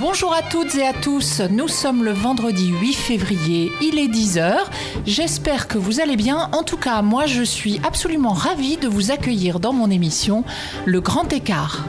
Bonjour à toutes et à tous, nous sommes le vendredi 8 février, il est 10h, j'espère que vous allez bien. En tout cas, moi je suis absolument ravie de vous accueillir dans mon émission Le Grand Écart.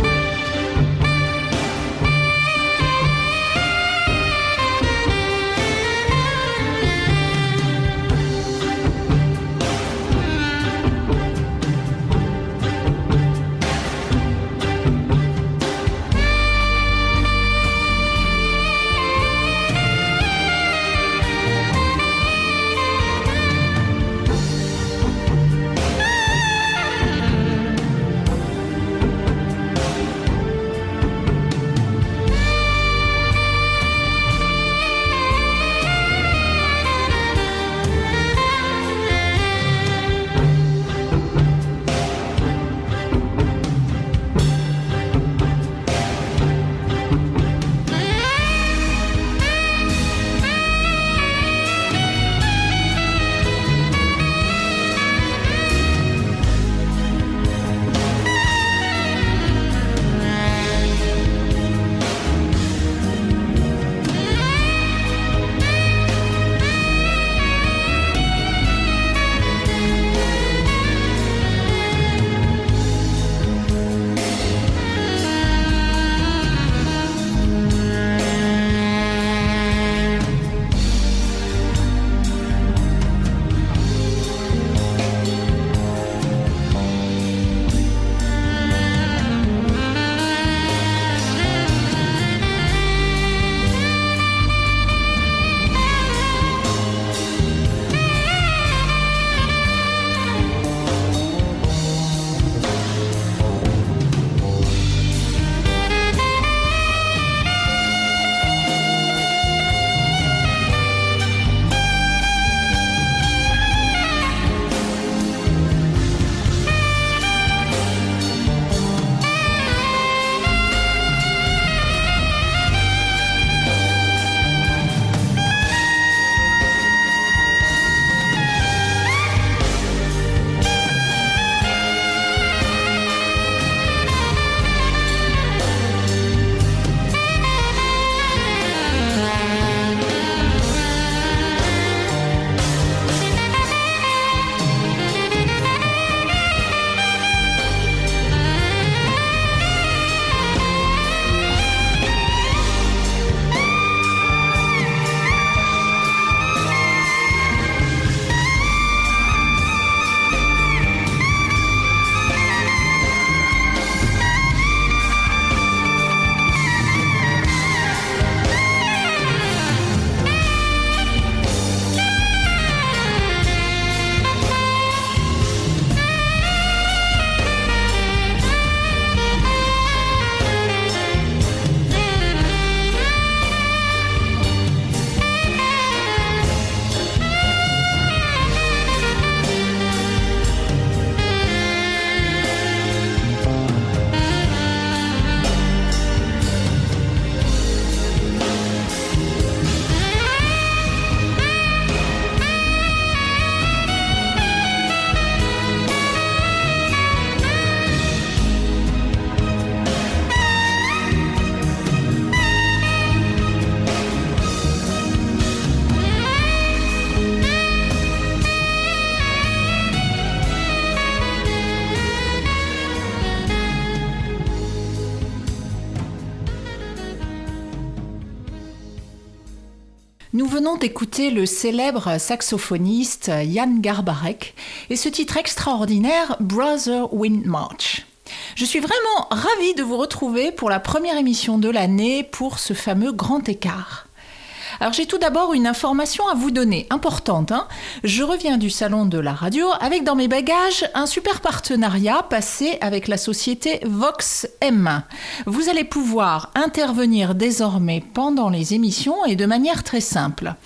Nous venons d'écouter le célèbre saxophoniste Jan Garbarek et ce titre extraordinaire, Brother Wind March. Je suis vraiment ravie de vous retrouver pour la première émission de l'année pour ce fameux Grand Écart. Alors j'ai tout d'abord une information à vous donner, importante. Je reviens du salon de la radio avec dans mes bagages un super partenariat passé avec la société Vox M. Vous allez pouvoir intervenir désormais pendant les émissions et de manière très simple.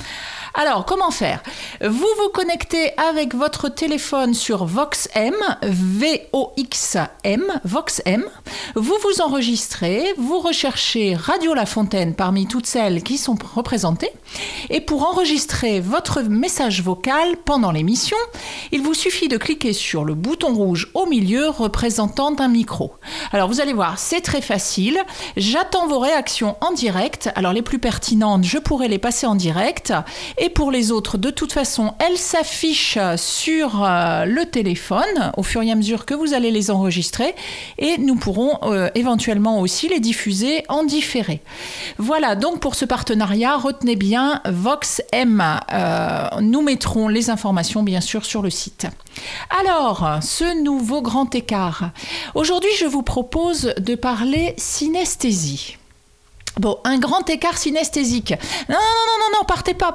Alors, comment faire ? Vous vous connectez avec votre téléphone sur VoxM, V-O-X-M, VoxM. Vous vous enregistrez, vous recherchez Radio La Fontaine parmi toutes celles qui sont représentées. Et pour enregistrer votre message vocal pendant l'émission, il vous suffit de cliquer sur le bouton rouge au milieu représentant un micro. Alors, vous allez voir, c'est très facile. J'attends vos réactions en direct. Alors, les plus pertinentes, je pourrai les passer en direct. Et pour les autres, de toute façon, elles s'affichent sur le téléphone au fur et à mesure que vous allez les enregistrer et nous pourrons éventuellement aussi les diffuser en différé. Voilà, donc pour ce partenariat, retenez bien VoxM. Nous mettrons les informations bien sûr sur le site. Alors, ce nouveau grand écart. Aujourd'hui, je vous propose de parler synesthésie. Bon, un grand écart synesthésique. Non, partez pas.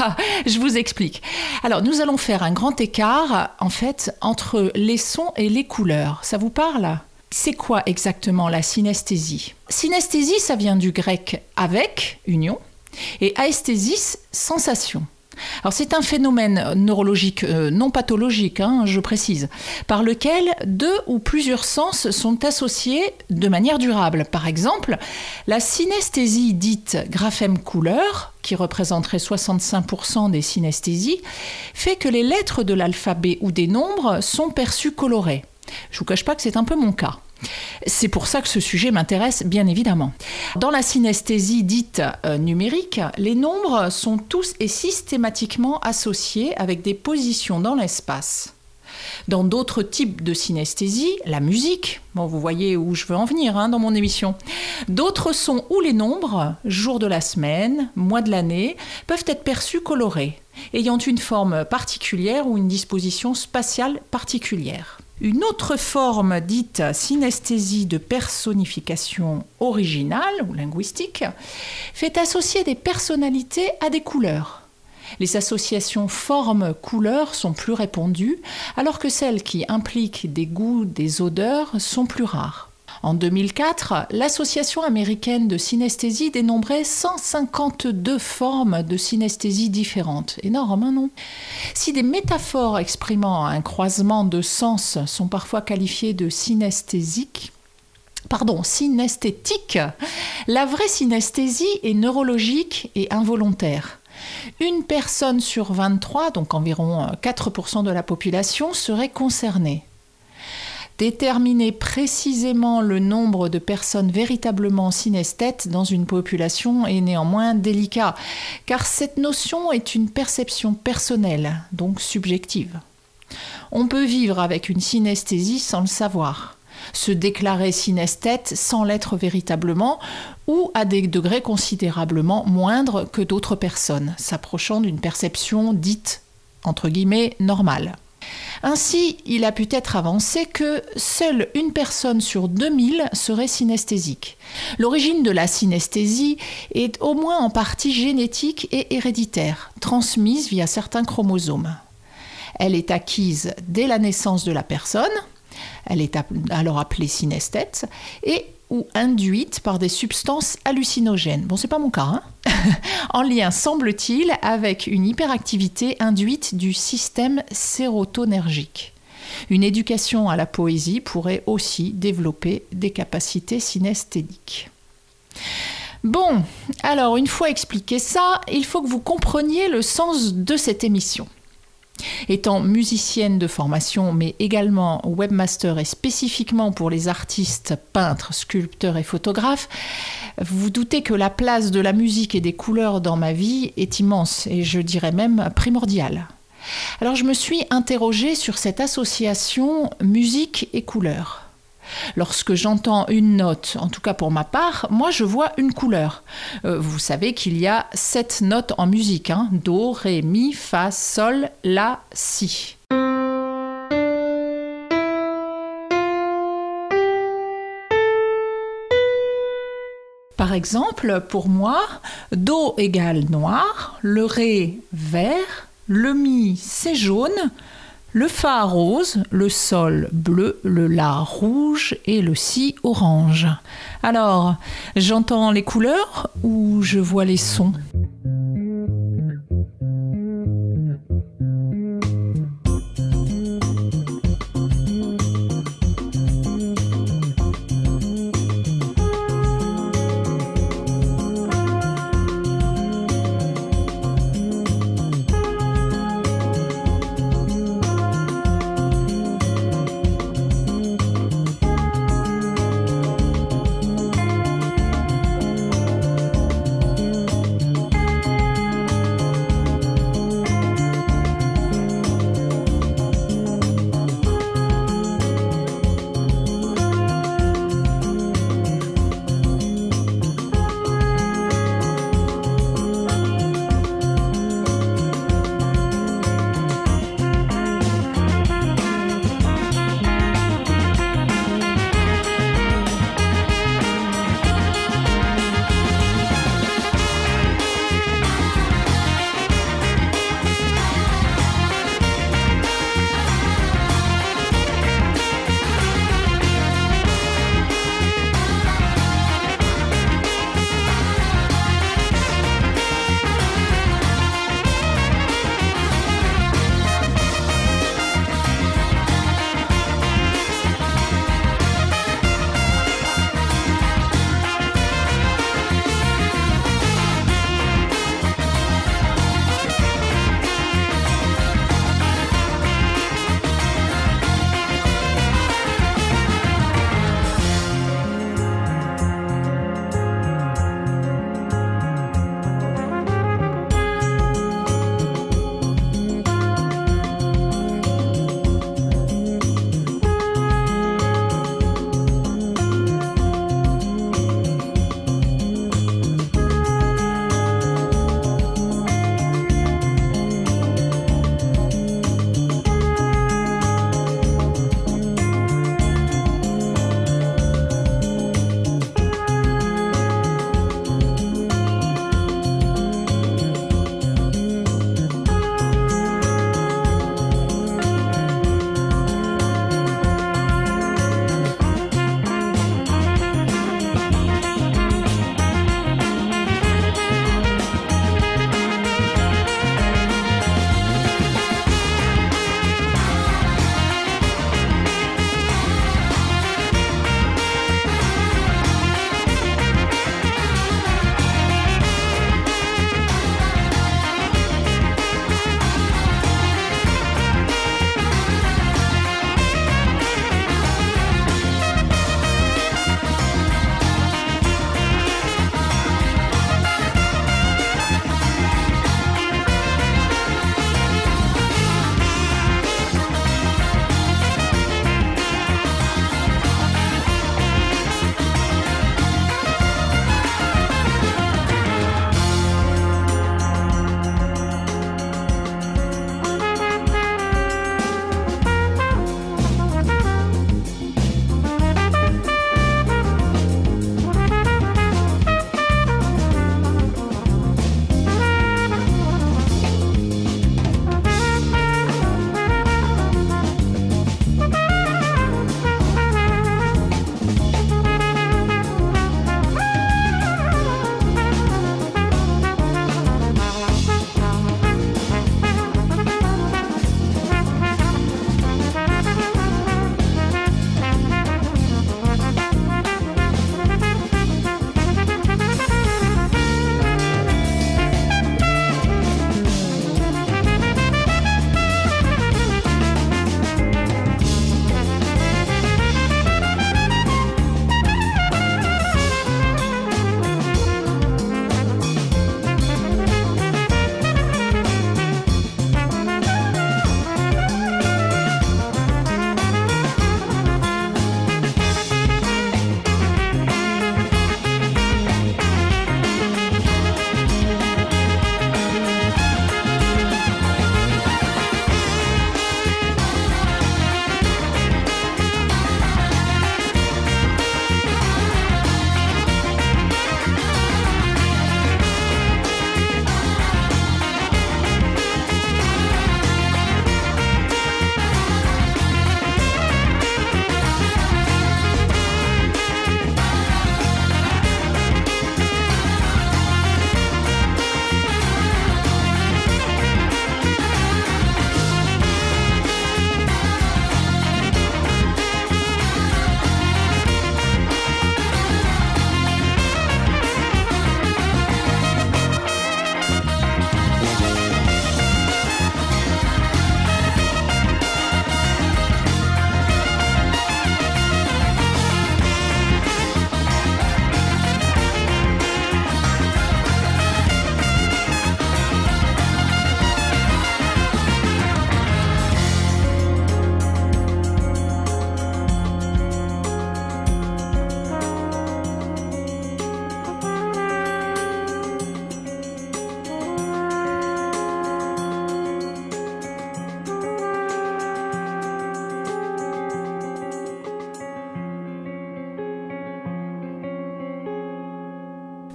Je vous explique. Alors, nous allons faire un grand écart, en fait, entre les sons et les couleurs. Ça vous parle ? C'est quoi exactement la synesthésie ? Synesthésie, ça vient du grec avec, union, et aesthésis, sensation. Alors c'est un phénomène neurologique, non pathologique, je précise, par lequel 2 ou plusieurs sens sont associés de manière durable. Par exemple, la synesthésie dite graphème-couleur, qui représenterait 65% des synesthésies, fait que les lettres de l'alphabet ou des nombres sont perçues colorées. Je ne vous cache pas que c'est un peu mon cas. C'est pour ça que ce sujet m'intéresse, bien évidemment. Dans la synesthésie dite numérique, les nombres sont tous et systématiquement associés avec des positions dans l'espace. Dans d'autres types de synesthésie, la musique, bon, vous voyez où je veux en venir dans mon émission, d'autres sons où les nombres, jours de la semaine, mois de l'année, peuvent être perçus colorés, ayant une forme particulière ou une disposition spatiale particulière. Une autre forme dite synesthésie de personnification originale ou linguistique fait associer des personnalités à des couleurs. Les associations formes-couleurs sont plus répandues, alors que celles qui impliquent des goûts, des odeurs sont plus rares. En 2004, l'Association américaine de synesthésie dénombrait 152 formes de synesthésie différentes. Énorme, non ? Si des métaphores exprimant un croisement de sens sont parfois qualifiées de synesthétiques, la vraie synesthésie est neurologique et involontaire. Une personne sur 23, donc environ 4% de la population, serait concernée. Déterminer précisément le nombre de personnes véritablement synesthètes dans une population est néanmoins délicat, car cette notion est une perception personnelle, donc subjective. On peut vivre avec une synesthésie sans le savoir, se déclarer synesthète sans l'être véritablement, ou à des degrés considérablement moindres que d'autres personnes, s'approchant d'une perception dite, entre guillemets, normale. Ainsi, il a pu être avancé que seule une personne sur 2000 serait synesthésique. L'origine de la synesthésie est au moins en partie génétique et héréditaire, transmise via certains chromosomes. Elle est acquise dès la naissance de la personne, elle est alors appelée synesthète, et ou induite par des substances hallucinogènes. Bon, c'est pas mon cas, en lien, semble-t-il, avec une hyperactivité induite du système sérotonergique. Une éducation à la poésie pourrait aussi développer des capacités synesthésiques. Bon, alors une fois expliqué ça, il faut que vous compreniez le sens de cette émission. Étant musicienne de formation, mais également webmaster et spécifiquement pour les artistes, peintres, sculpteurs et photographes, vous vous doutez que la place de la musique et des couleurs dans ma vie est immense et je dirais même primordiale. Alors je me suis interrogée sur cette association musique et couleurs. Lorsque j'entends une note, en tout cas pour ma part, moi je vois une couleur. Vous savez qu'il y a 7 notes en musique, Do, Ré, Mi, Fa, Sol, La, Si. Par exemple, pour moi, Do égale noir, le Ré vert, le Mi c'est jaune, le Fa rose, le Sol bleu, le La rouge et le Si orange. Alors, j'entends les couleurs ou je vois les sons ?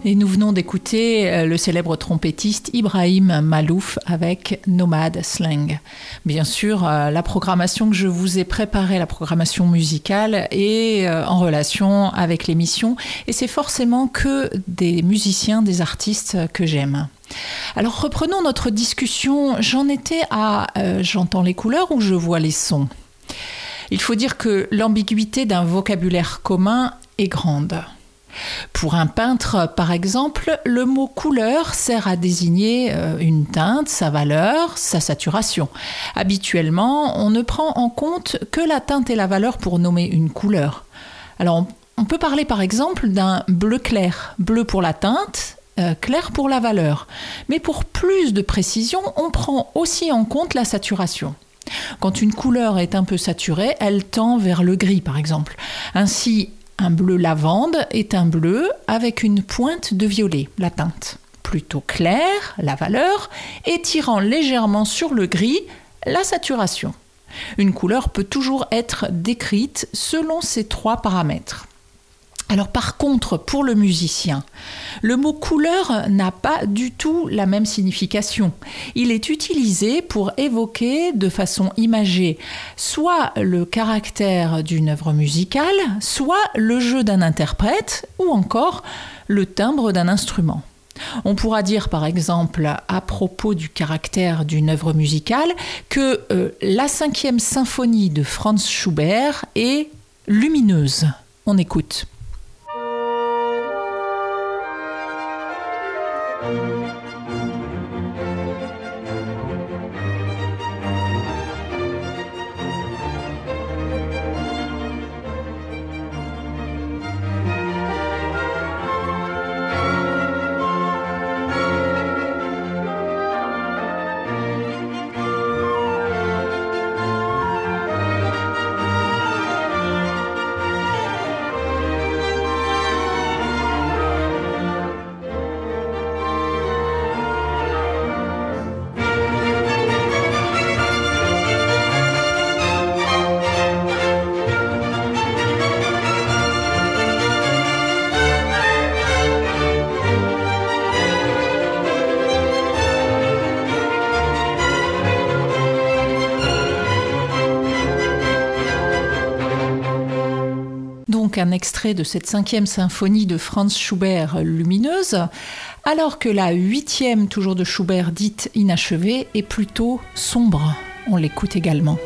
Et nous venons d'écouter le célèbre trompettiste Ibrahim Malouf avec Nomad Slang. Bien sûr, la programmation que je vous ai préparée, la programmation musicale, est en relation avec l'émission. Et c'est forcément que des musiciens, des artistes que j'aime. Alors reprenons notre discussion. J'en étais à j'entends les couleurs ou je vois les sons. Il faut dire que l'ambiguïté d'un vocabulaire commun est grande. Pour un peintre, par exemple, le mot couleur sert à désigner une teinte, sa valeur, sa saturation. Habituellement, on ne prend en compte que la teinte et la valeur pour nommer une couleur. Alors, on peut parler par exemple d'un bleu clair, bleu pour la teinte, clair pour la valeur. Mais pour plus de précision, on prend aussi en compte la saturation. Quand une couleur est un peu saturée, elle tend vers le gris, par exemple. Ainsi, un bleu lavande est un bleu avec une pointe de violet, la teinte. Plutôt clair, la valeur, et tirant légèrement sur le gris, la saturation. Une couleur peut toujours être décrite selon ces trois paramètres. Alors par contre, pour le musicien, le mot couleur n'a pas du tout la même signification. Il est utilisé pour évoquer de façon imagée soit le caractère d'une œuvre musicale, soit le jeu d'un interprète ou encore le timbre d'un instrument. On pourra dire par exemple à propos du caractère d'une œuvre musicale que la 5e symphonie de Franz Schubert est lumineuse. On écoute. Un extrait de cette 5e symphonie de Franz Schubert lumineuse, alors que la 8e, toujours de Schubert, dite inachevée, est plutôt sombre. On l'écoute également.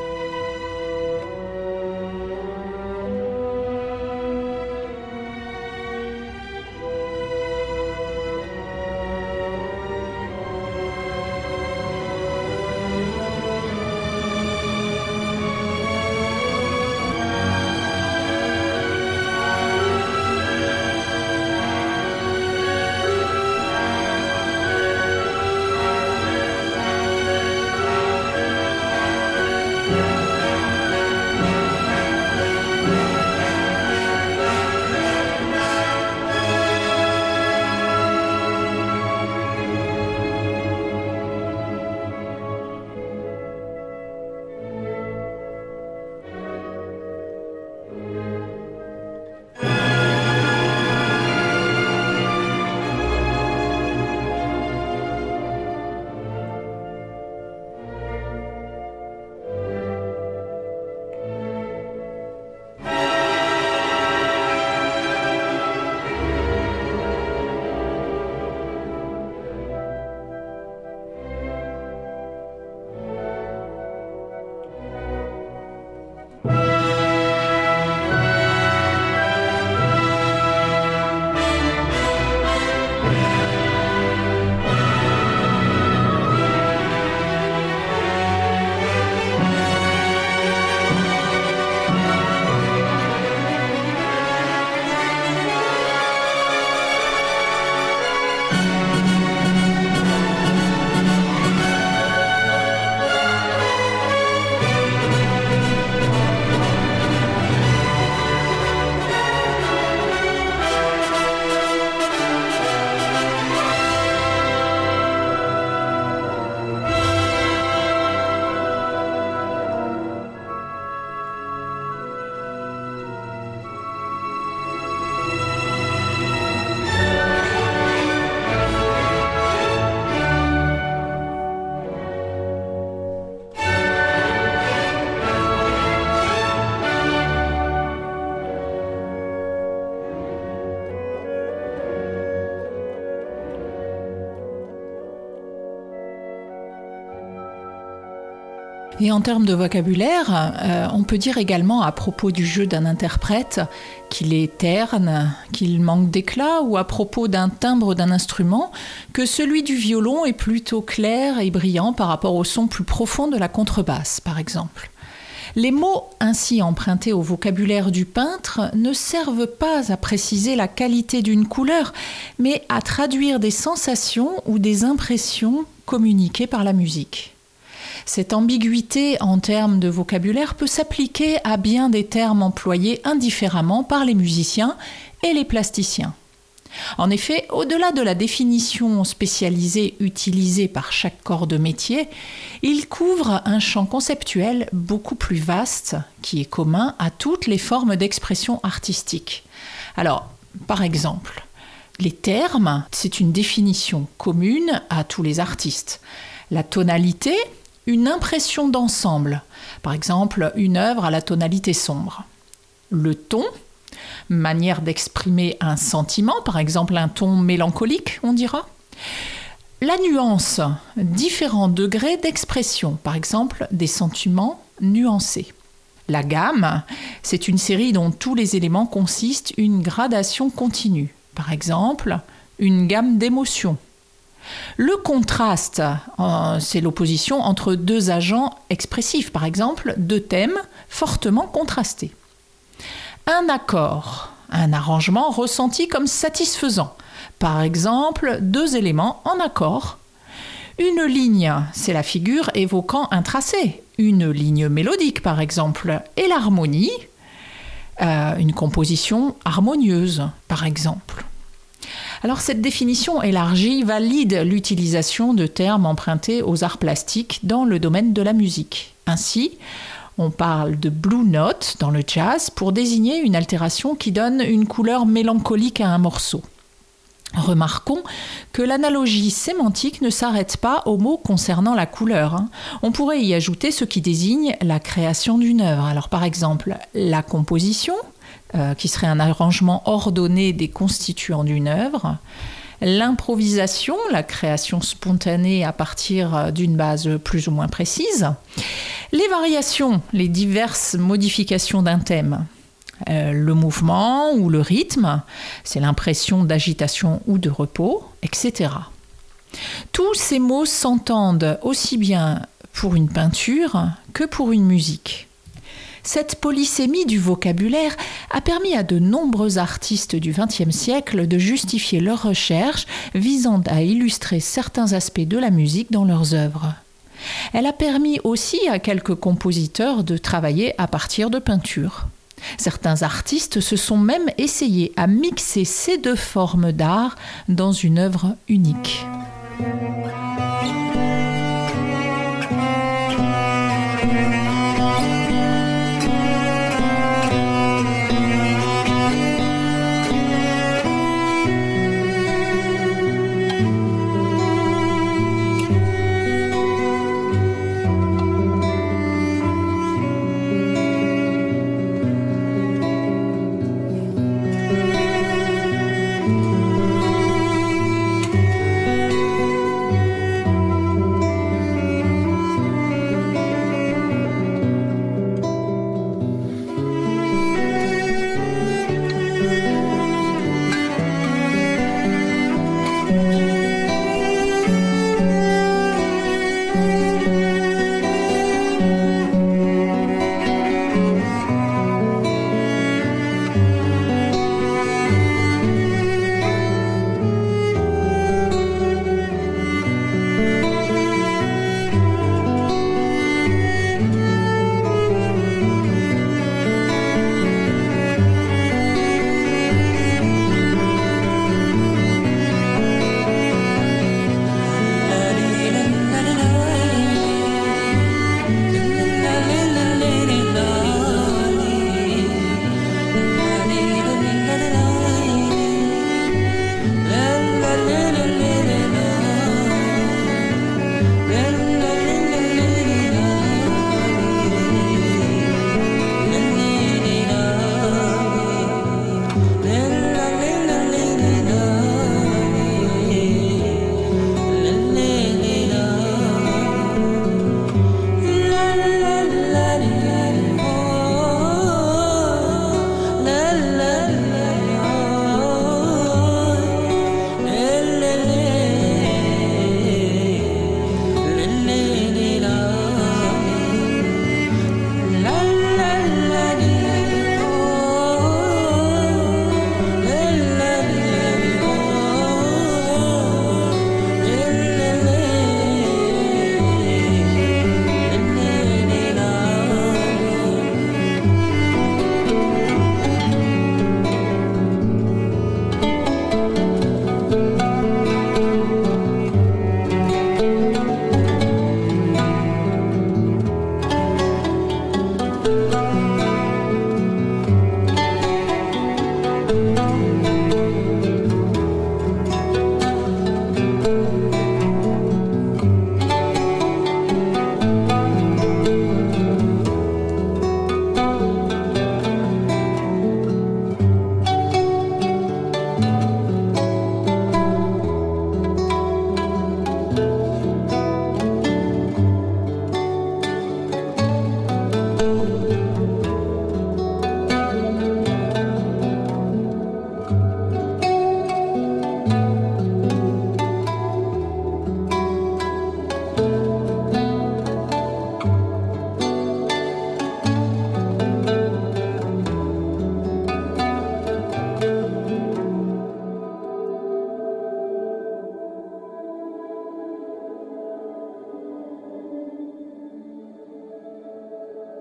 Et en termes de vocabulaire, on peut dire également à propos du jeu d'un interprète qu'il est terne, qu'il manque d'éclat, ou à propos d'un timbre d'un instrument, que celui du violon est plutôt clair et brillant par rapport au son plus profond de la contrebasse, par exemple. Les mots ainsi empruntés au vocabulaire du peintre ne servent pas à préciser la qualité d'une couleur, mais à traduire des sensations ou des impressions communiquées par la musique. Cette ambiguïté en termes de vocabulaire peut s'appliquer à bien des termes employés indifféremment par les musiciens et les plasticiens. En effet, au-delà de la définition spécialisée utilisée par chaque corps de métier, il couvre un champ conceptuel beaucoup plus vaste qui est commun à toutes les formes d'expression artistique. Alors, par exemple, les termes, c'est une définition commune à tous les artistes. La tonalité, une impression d'ensemble, par exemple une œuvre à la tonalité sombre. Le ton, manière d'exprimer un sentiment, par exemple un ton mélancolique, on dira. La nuance, différents degrés d'expression, par exemple des sentiments nuancés. La gamme, c'est une série dont tous les éléments consistent une gradation continue, par exemple une gamme d'émotions. Le contraste, c'est l'opposition entre deux agents expressifs, par exemple deux thèmes fortement contrastés. Un accord, un arrangement ressenti comme satisfaisant, par exemple deux éléments en accord. Une ligne, c'est la figure évoquant un tracé, une ligne mélodique par exemple, et l'harmonie, une composition harmonieuse par exemple. Alors cette définition élargie valide l'utilisation de termes empruntés aux arts plastiques dans le domaine de la musique. Ainsi, on parle de blue note dans le jazz pour désigner une altération qui donne une couleur mélancolique à un morceau. Remarquons que l'analogie sémantique ne s'arrête pas aux mots concernant la couleur. On pourrait y ajouter ce qui désigne la création d'une œuvre. Alors par exemple, la composition, qui serait un arrangement ordonné des constituants d'une œuvre, l'improvisation, la création spontanée à partir d'une base plus ou moins précise, les variations, les diverses modifications d'un thème, le mouvement ou le rythme, c'est l'impression d'agitation ou de repos, etc. Tous ces mots s'entendent aussi bien pour une peinture que pour une musique. Cette polysémie du vocabulaire a permis à de nombreux artistes du XXe siècle de justifier leurs recherches visant à illustrer certains aspects de la musique dans leurs œuvres. Elle a permis aussi à quelques compositeurs de travailler à partir de peintures. Certains artistes se sont même essayés à mixer ces deux formes d'art dans une œuvre unique.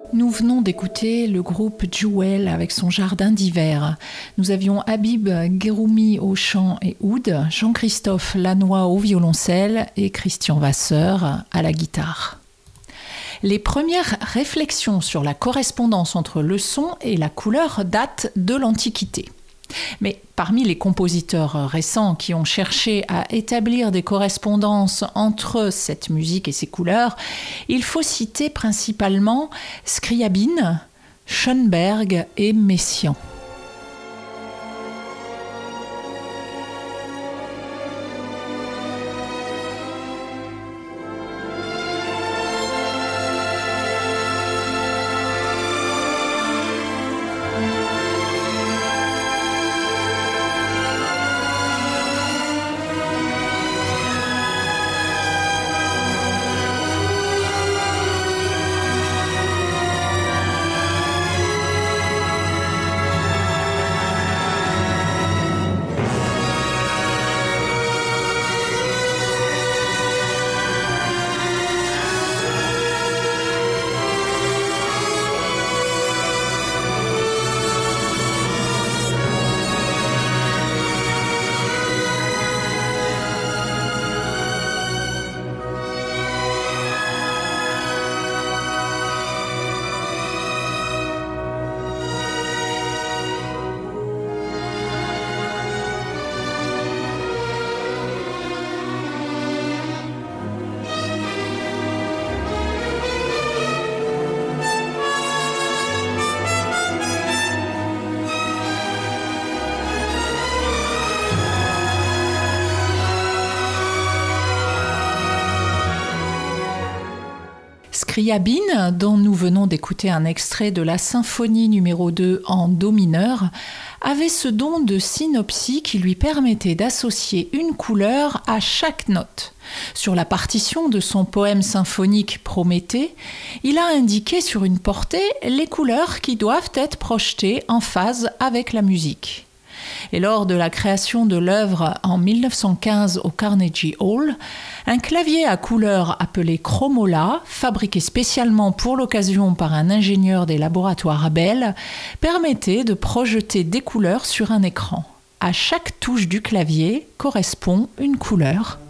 Nous venons d'écouter le groupe Jewel avec son jardin d'hiver. Nous avions Habib Guéroumi au chant et oud, Jean-Christophe Lannoy au violoncelle et Christian Vasseur à la guitare. Les premières réflexions sur la correspondance entre le son et la couleur datent de l'Antiquité. Mais parmi les compositeurs récents qui ont cherché à établir des correspondances entre cette musique et ses couleurs, il faut citer principalement Scriabine, Schoenberg et Messiaen. Scriabine, dont nous venons d'écouter un extrait de la symphonie numéro 2 en do mineur, avait ce don de synopsie qui lui permettait d'associer une couleur à chaque note. Sur la partition de son poème symphonique Prométhée, il a indiqué sur une portée les couleurs qui doivent être projetées en phase avec la musique. Et lors de la création de l'œuvre en 1915 au Carnegie Hall, un clavier à couleur appelé Chromola, fabriqué spécialement pour l'occasion par un ingénieur des laboratoires Bell, permettait de projeter des couleurs sur un écran. À chaque touche du clavier correspond une couleur.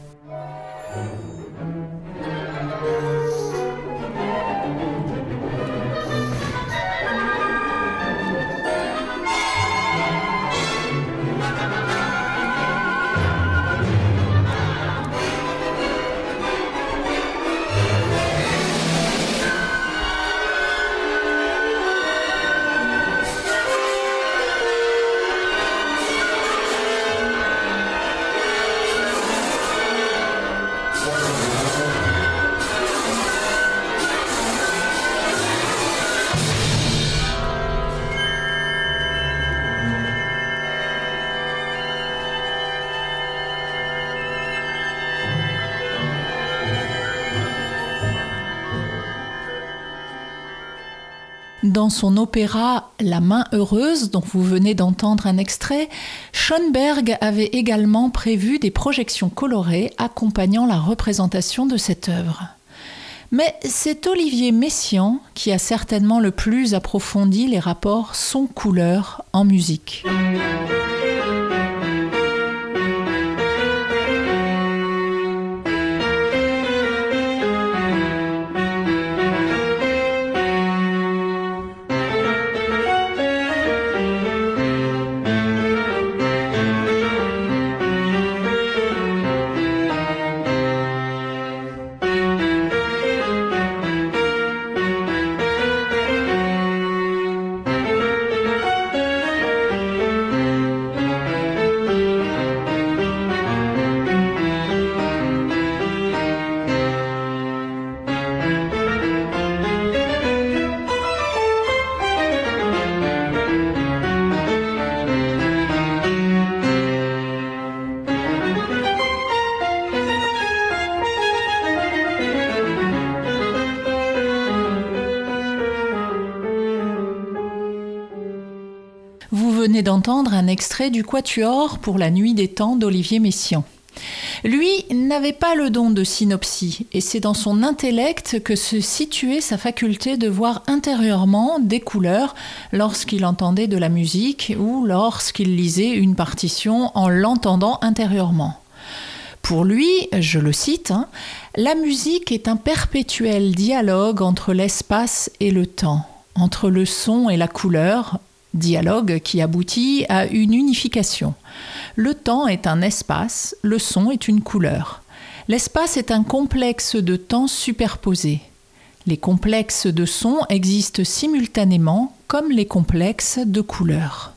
Dans son opéra La main heureuse, dont vous venez d'entendre un extrait, Schoenberg avait également prévu des projections colorées accompagnant la représentation de cette œuvre. Mais c'est Olivier Messiaen qui a certainement le plus approfondi les rapports son-couleur en musique. Vous venez d'entendre un extrait du Quatuor pour la nuit des temps d'Olivier Messiaen. Lui n'avait pas le don de synopsie, et c'est dans son intellect que se situait sa faculté de voir intérieurement des couleurs lorsqu'il entendait de la musique ou lorsqu'il lisait une partition en l'entendant intérieurement. Pour lui, je le cite, la musique est un perpétuel dialogue entre l'espace et le temps, entre le son et la couleur, dialogue qui aboutit à une unification. Le temps est un espace, le son est une couleur. L'espace est un complexe de temps superposés. Les complexes de sons existent simultanément comme les complexes de couleurs.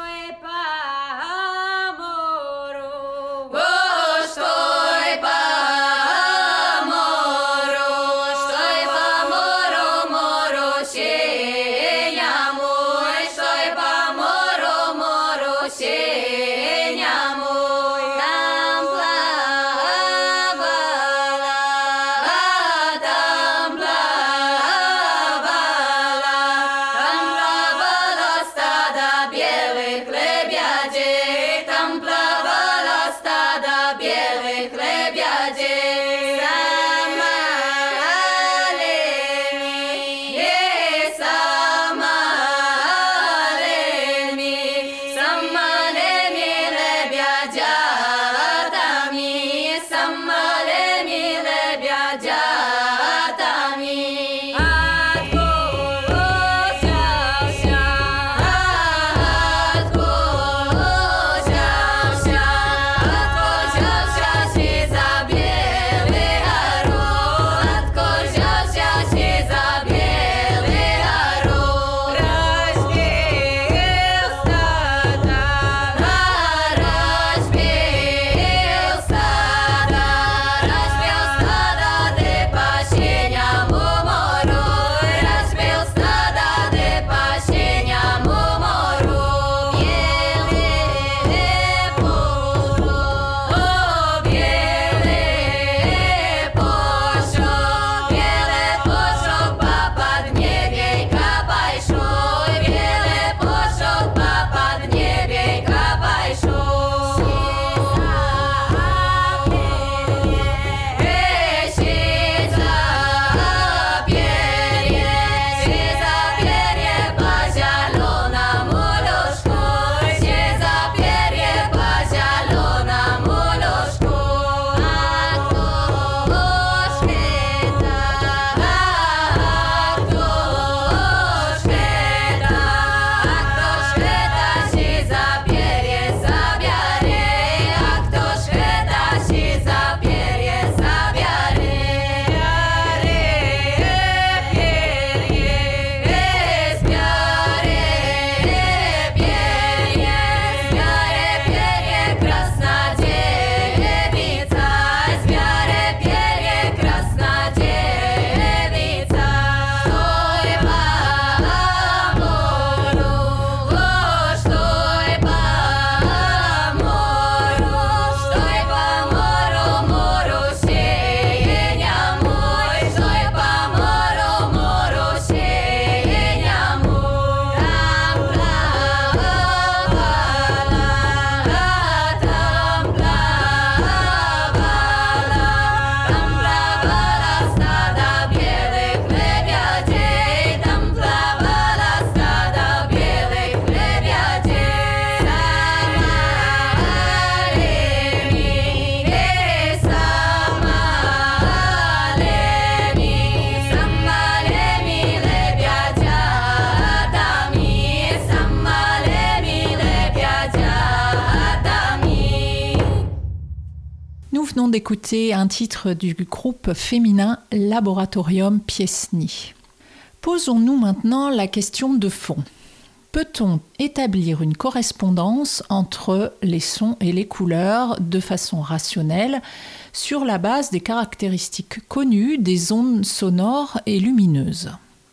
venons d'écouter un titre du groupe féminin Laboratorium Piesny. Posons-nous maintenant la question de fond. Peut-on établir une correspondance entre les sons et les couleurs de façon rationnelle sur la base des caractéristiques connues des ondes sonores et lumineuses ?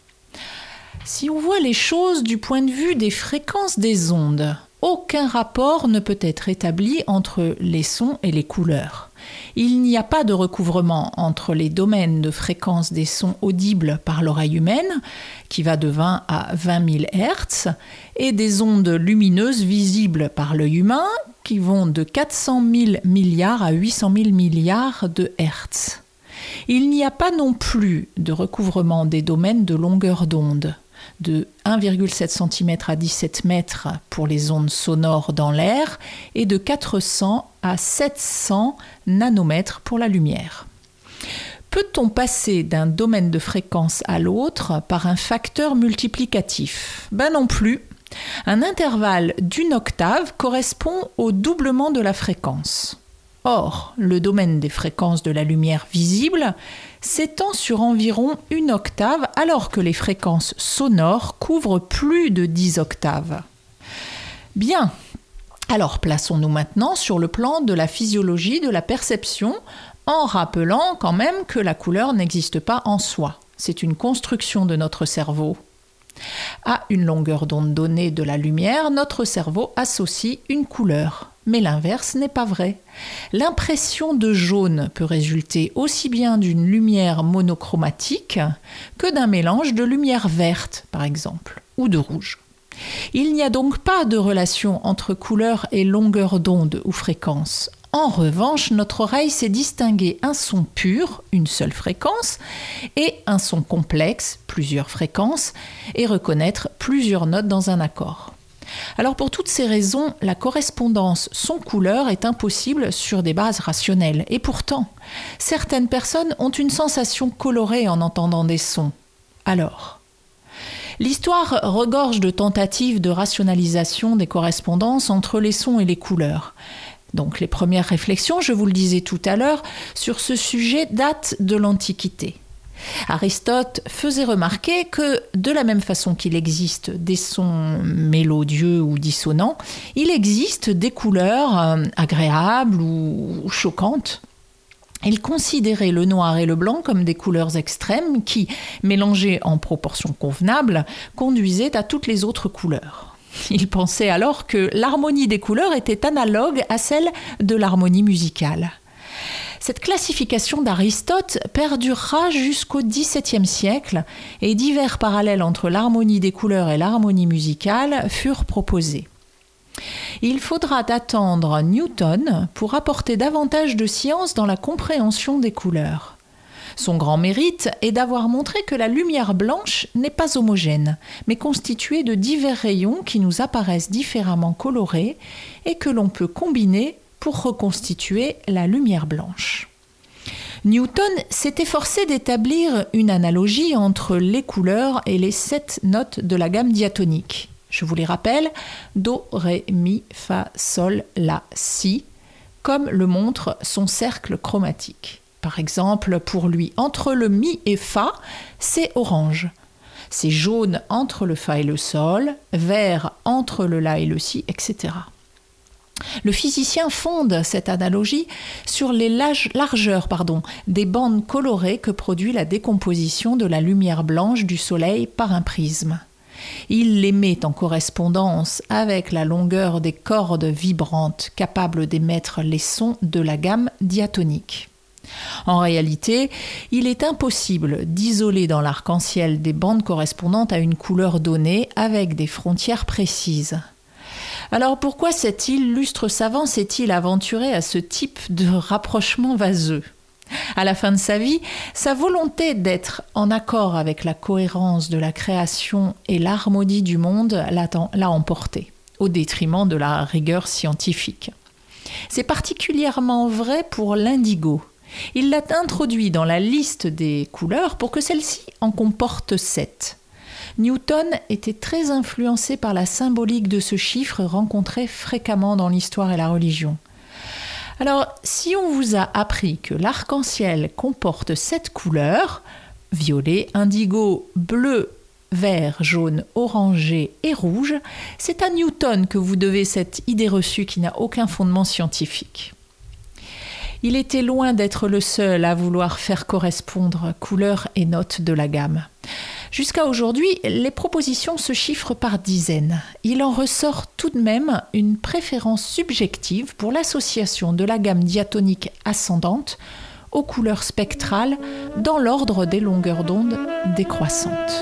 Si on voit les choses du point de vue des fréquences des ondes, aucun rapport ne peut être établi entre les sons et les couleurs. Il n'y a pas de recouvrement entre les domaines de fréquence des sons audibles par l'oreille humaine, qui va de 20 à 20 000 Hz, et des ondes lumineuses visibles par l'œil humain, qui vont de 400 000 milliards à 800 000 milliards de Hertz. Il n'y a pas non plus de recouvrement des domaines de longueur d'onde, de 1,7 cm à 17 mètres pour les ondes sonores dans l'air et de 400 à 700 nanomètres pour la lumière. Peut-on passer d'un domaine de fréquence à l'autre par un facteur multiplicatif ? Ben non plus. Un intervalle d'1 octave correspond au doublement de la fréquence. Or, le domaine des fréquences de la lumière visible s'étend sur environ 1 octave alors que les fréquences sonores couvrent plus de 10 octaves. Bien, alors plaçons-nous maintenant sur le plan de la physiologie de la perception en rappelant quand même que la couleur n'existe pas en soi. C'est une construction de notre cerveau. À une longueur d'onde donnée de la lumière, notre cerveau associe une couleur. Mais l'inverse n'est pas vrai. L'impression de jaune peut résulter aussi bien d'une lumière monochromatique que d'un mélange de lumière verte, par exemple, ou de rouge. Il n'y a donc pas de relation entre couleur et longueur d'onde ou fréquence. En revanche, notre oreille sait distinguer un son pur, une seule fréquence, et un son complexe, plusieurs fréquences, et reconnaître plusieurs notes dans un accord. Alors pour toutes ces raisons, la correspondance son-couleur est impossible sur des bases rationnelles. Et pourtant, certaines personnes ont une sensation colorée en entendant des sons. Alors, l'histoire regorge de tentatives de rationalisation des correspondances entre les sons et les couleurs. Donc les premières réflexions, je vous le disais tout à l'heure, sur ce sujet datent de l'Antiquité. Aristote faisait remarquer que, de la même façon qu'il existe des sons mélodieux ou dissonants, il existe des couleurs agréables ou choquantes. Il considérait le noir et le blanc comme des couleurs extrêmes qui, mélangées en proportions convenables, conduisaient à toutes les autres couleurs. Il pensait alors que l'harmonie des couleurs était analogue à celle de l'harmonie musicale. Cette classification d'Aristote perdurera jusqu'au XVIIe siècle et divers parallèles entre l'harmonie des couleurs et l'harmonie musicale furent proposés. Il faudra attendre Newton pour apporter davantage de science dans la compréhension des couleurs. Son grand mérite est d'avoir montré que la lumière blanche n'est pas homogène, mais constituée de divers rayons qui nous apparaissent différemment colorés et que l'on peut combiner pour reconstituer la lumière blanche. Newton s'est efforcé d'établir une analogie entre les couleurs et les 7 notes de la gamme diatonique. Je vous les rappelle, Do, Ré, Mi, Fa, Sol, La, Si, comme le montre son cercle chromatique. Par exemple, pour lui, entre le Mi et Fa, c'est orange. C'est jaune entre le Fa et le Sol, vert entre le La et le Si, etc. Le physicien fonde cette analogie sur les largeurs des bandes colorées que produit la décomposition de la lumière blanche du Soleil par un prisme. Il les met en correspondance avec la longueur des cordes vibrantes capables d'émettre les sons de la gamme diatonique. En réalité, il est impossible d'isoler dans l'arc-en-ciel des bandes correspondantes à une couleur donnée avec des frontières précises. Alors pourquoi cet illustre savant s'est-il aventuré à ce type de rapprochement vaseux ? À la fin de sa vie, sa volonté d'être en accord avec la cohérence de la création et l'harmonie du monde l'a emporté, au détriment de la rigueur scientifique. C'est particulièrement vrai pour l'indigo. Il l'a introduit dans la liste des couleurs pour que celle-ci en comporte 7. Newton était très influencé par la symbolique de ce chiffre rencontré fréquemment dans l'histoire et la religion. Alors, si on vous a appris que l'arc-en-ciel comporte 7 couleurs, violet, indigo, bleu, vert, jaune, orangé et rouge, c'est à Newton que vous devez cette idée reçue qui n'a aucun fondement scientifique. Il était loin d'être le seul à vouloir faire correspondre couleurs et notes de la gamme. Jusqu'à aujourd'hui, les propositions se chiffrent par dizaines. Il en ressort tout de même une préférence subjective pour l'association de la gamme diatonique ascendante aux couleurs spectrales dans l'ordre des longueurs d'onde décroissantes.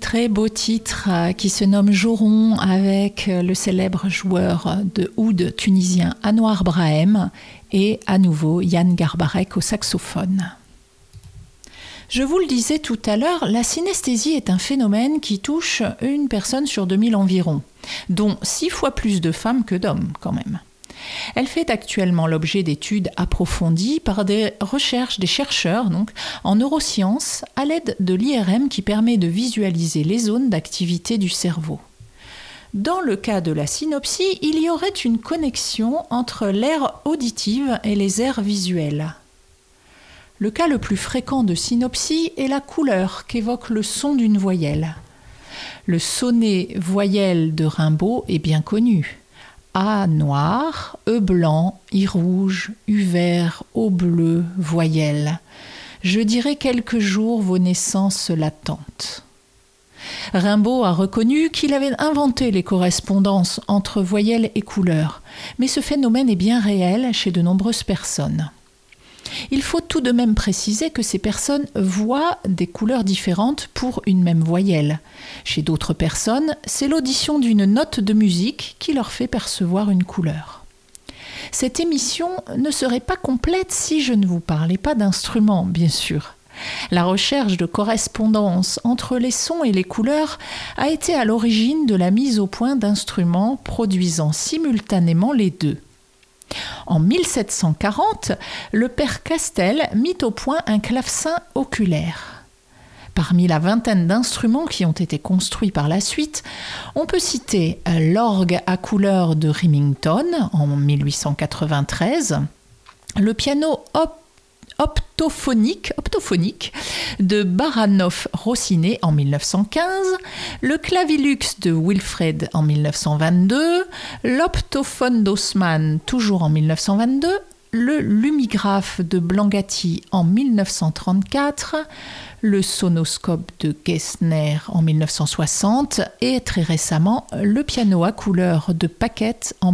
très beau titre qui se nomme Joron avec le célèbre joueur de oud tunisien Anouar Brahem et à nouveau Yann Garbarek au saxophone. Je vous le disais tout à l'heure, la synesthésie est un phénomène qui touche une personne sur 2000 environ, dont 6 fois plus de femmes que d'hommes quand même. Elle fait actuellement l'objet d'études approfondies par des chercheurs en neurosciences à l'aide de l'IRM qui permet de visualiser les zones d'activité du cerveau. Dans le cas de la synopsie, il y aurait une connexion entre l'aire auditive et les aires visuelles. Le cas le plus fréquent de synopsie est la couleur qu'évoque le son d'une voyelle. Le sonnet voyelle de Rimbaud est bien connu. A noir, E blanc, I rouge, U vert, O bleu, voyelle. Je dirai quelques jours vos naissances latentes. Rimbaud a reconnu qu'il avait inventé les correspondances entre voyelles et couleurs, mais ce phénomène est bien réel chez de nombreuses personnes. Il faut tout de même préciser que ces personnes voient des couleurs différentes pour une même voyelle. Chez d'autres personnes, c'est l'audition d'une note de musique qui leur fait percevoir une couleur. Cette émission ne serait pas complète si je ne vous parlais pas d'instruments, bien sûr. La recherche de correspondance entre les sons et les couleurs a été à l'origine de la mise au point d'instruments produisant simultanément les deux. En 1740, le père Castel mit au point un clavecin oculaire. Parmi la vingtaine d'instruments qui ont été construits par la suite, on peut citer l'orgue à couleurs de Remington en 1893, le piano optophonique de Baranov-Rossinet en 1915, le clavilux de Wilfred en 1922, l'optophone d'Haussmann toujours en 1922, le lumigraphe de Blangati en 1934, le sonoscope de Gessner en 1960 et très récemment le piano à couleurs de Paquette en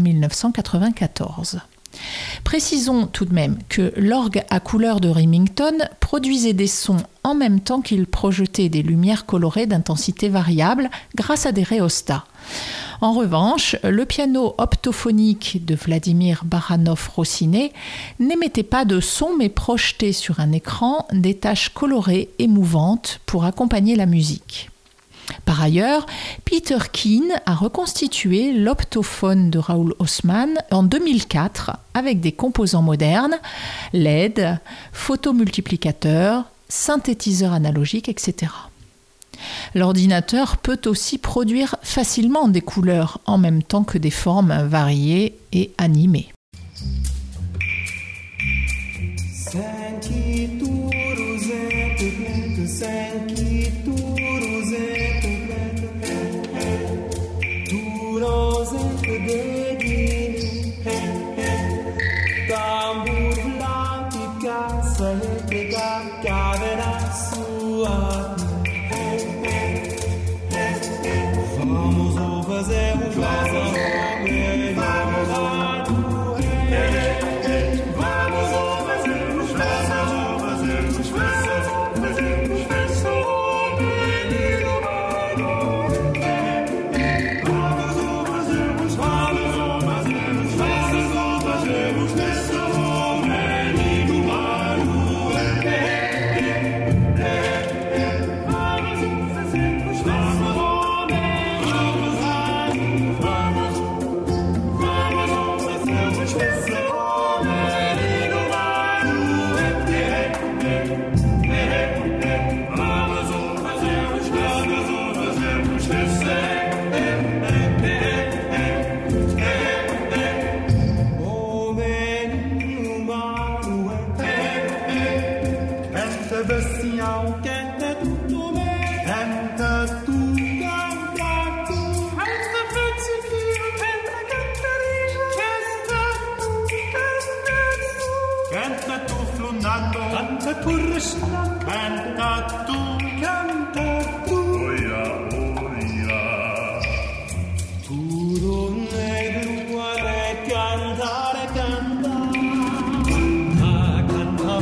1994. Précisons tout de même que l'orgue à couleurs de Remington produisait des sons en même temps qu'il projetait des lumières colorées d'intensité variable grâce à des rhéostats. En revanche, le piano optophonique de Vladimir Baranov-Rossinet n'émettait pas de son mais projetait sur un écran des taches colorées et mouvantes pour accompagner la musique. Par ailleurs, Peter Keane a reconstitué l'optophone de Raoul Haussmann en 2004 avec des composants modernes, LED, photomultiplicateur, synthétiseur analogique, etc. L'ordinateur peut aussi produire facilement des couleurs en même temps que des formes variées et animées.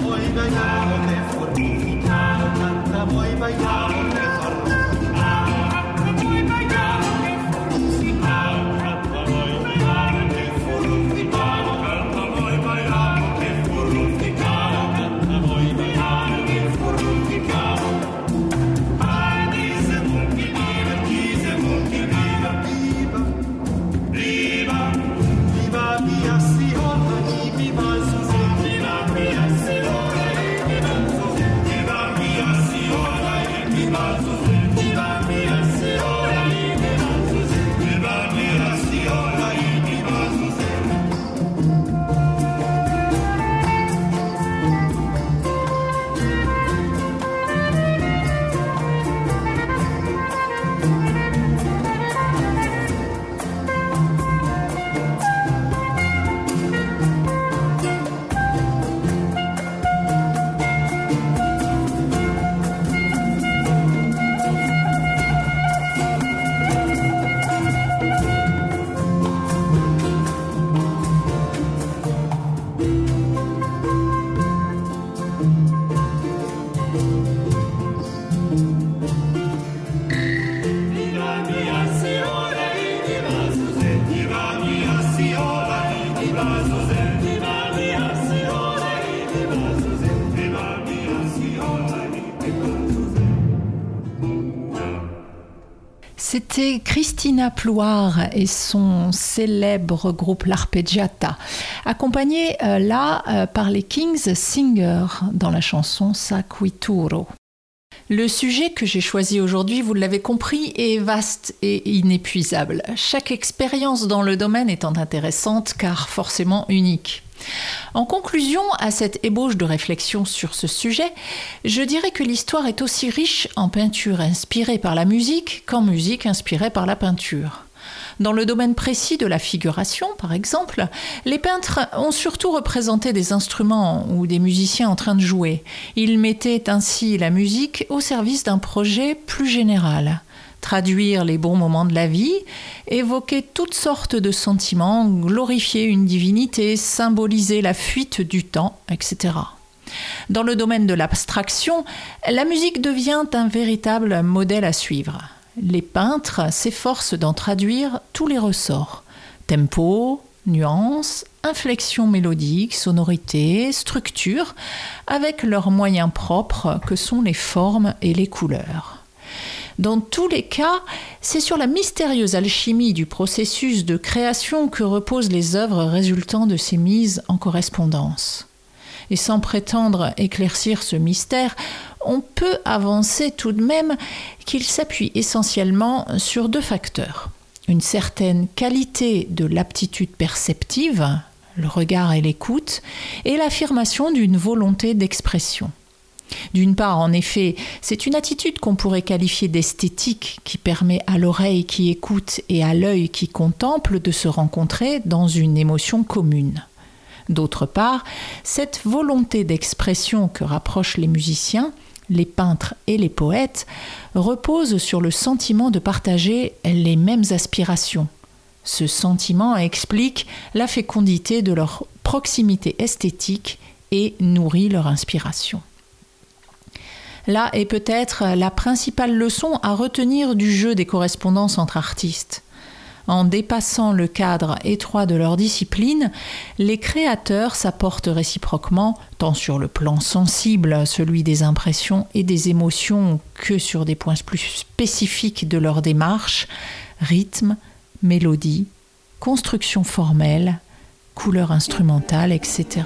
Canta, voy bailar, C'était Cristina Plouar et son célèbre groupe L'Arpeggiata, accompagné par les King's Singers dans la chanson Saquituro. Le sujet que j'ai choisi aujourd'hui, vous l'avez compris, est vaste et inépuisable. Chaque expérience dans le domaine étant intéressante car forcément unique. En conclusion à cette ébauche de réflexion sur ce sujet, je dirais que l'histoire est aussi riche en peinture inspirée par la musique qu'en musique inspirée par la peinture. Dans le domaine précis de la figuration, par exemple, les peintres ont surtout représenté des instruments ou des musiciens en train de jouer. Ils mettaient ainsi la musique au service d'un projet plus général. Traduire les bons moments de la vie, évoquer toutes sortes de sentiments, glorifier une divinité, symboliser la fuite du temps, etc. Dans le domaine de l'abstraction, la musique devient un véritable modèle à suivre. Les peintres s'efforcent d'en traduire tous les ressorts. Tempo, nuances, inflexion mélodique, sonorité, structure, avec leurs moyens propres que sont les formes et les couleurs. Dans tous les cas, c'est sur la mystérieuse alchimie du processus de création que reposent les œuvres résultant de ces mises en correspondance. Et sans prétendre éclaircir ce mystère, on peut avancer tout de même qu'il s'appuie essentiellement sur deux facteurs. Une certaine qualité de l'aptitude perceptive, le regard et l'écoute, et l'affirmation d'une volonté d'expression. D'une part, en effet, c'est une attitude qu'on pourrait qualifier d'esthétique qui permet à l'oreille qui écoute et à l'œil qui contemple de se rencontrer dans une émotion commune. D'autre part, cette volonté d'expression que rapprochent les musiciens, les peintres et les poètes repose sur le sentiment de partager les mêmes aspirations. Ce sentiment explique la fécondité de leur proximité esthétique et nourrit leur inspiration. Là est peut-être la principale leçon à retenir du jeu des correspondances entre artistes. En dépassant le cadre étroit de leur discipline, les créateurs s'apportent réciproquement, tant sur le plan sensible, celui des impressions et des émotions, que sur des points plus spécifiques de leur démarche, rythme, mélodie, construction formelle, couleur instrumentale, etc.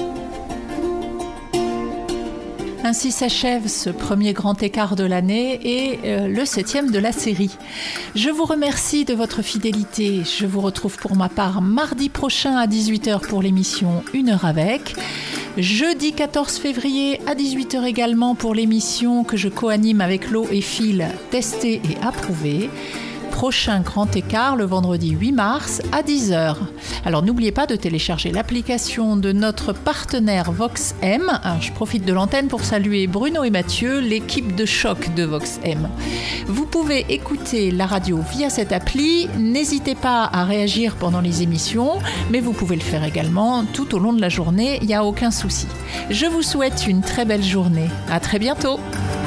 Ainsi s'achève ce premier grand écart de l'année et le 7e de la série. Je vous remercie de votre fidélité. Je vous retrouve pour ma part mardi prochain à 18h pour l'émission 1 heure avec. Jeudi 14 février à 18h également pour l'émission que je co-anime avec Lo et Phil, Tester et Approuver. Prochain grand écart le vendredi 8 mars à 10h. Alors n'oubliez pas de télécharger l'application de notre partenaire VoxM. Alors, je profite de l'antenne pour saluer Bruno et Mathieu, l'équipe de choc de VoxM. Vous pouvez écouter la radio via cette appli. N'hésitez pas à réagir pendant les émissions, mais vous pouvez le faire également tout au long de la journée, il n'y a aucun souci. Je vous souhaite une très belle journée. À très bientôt.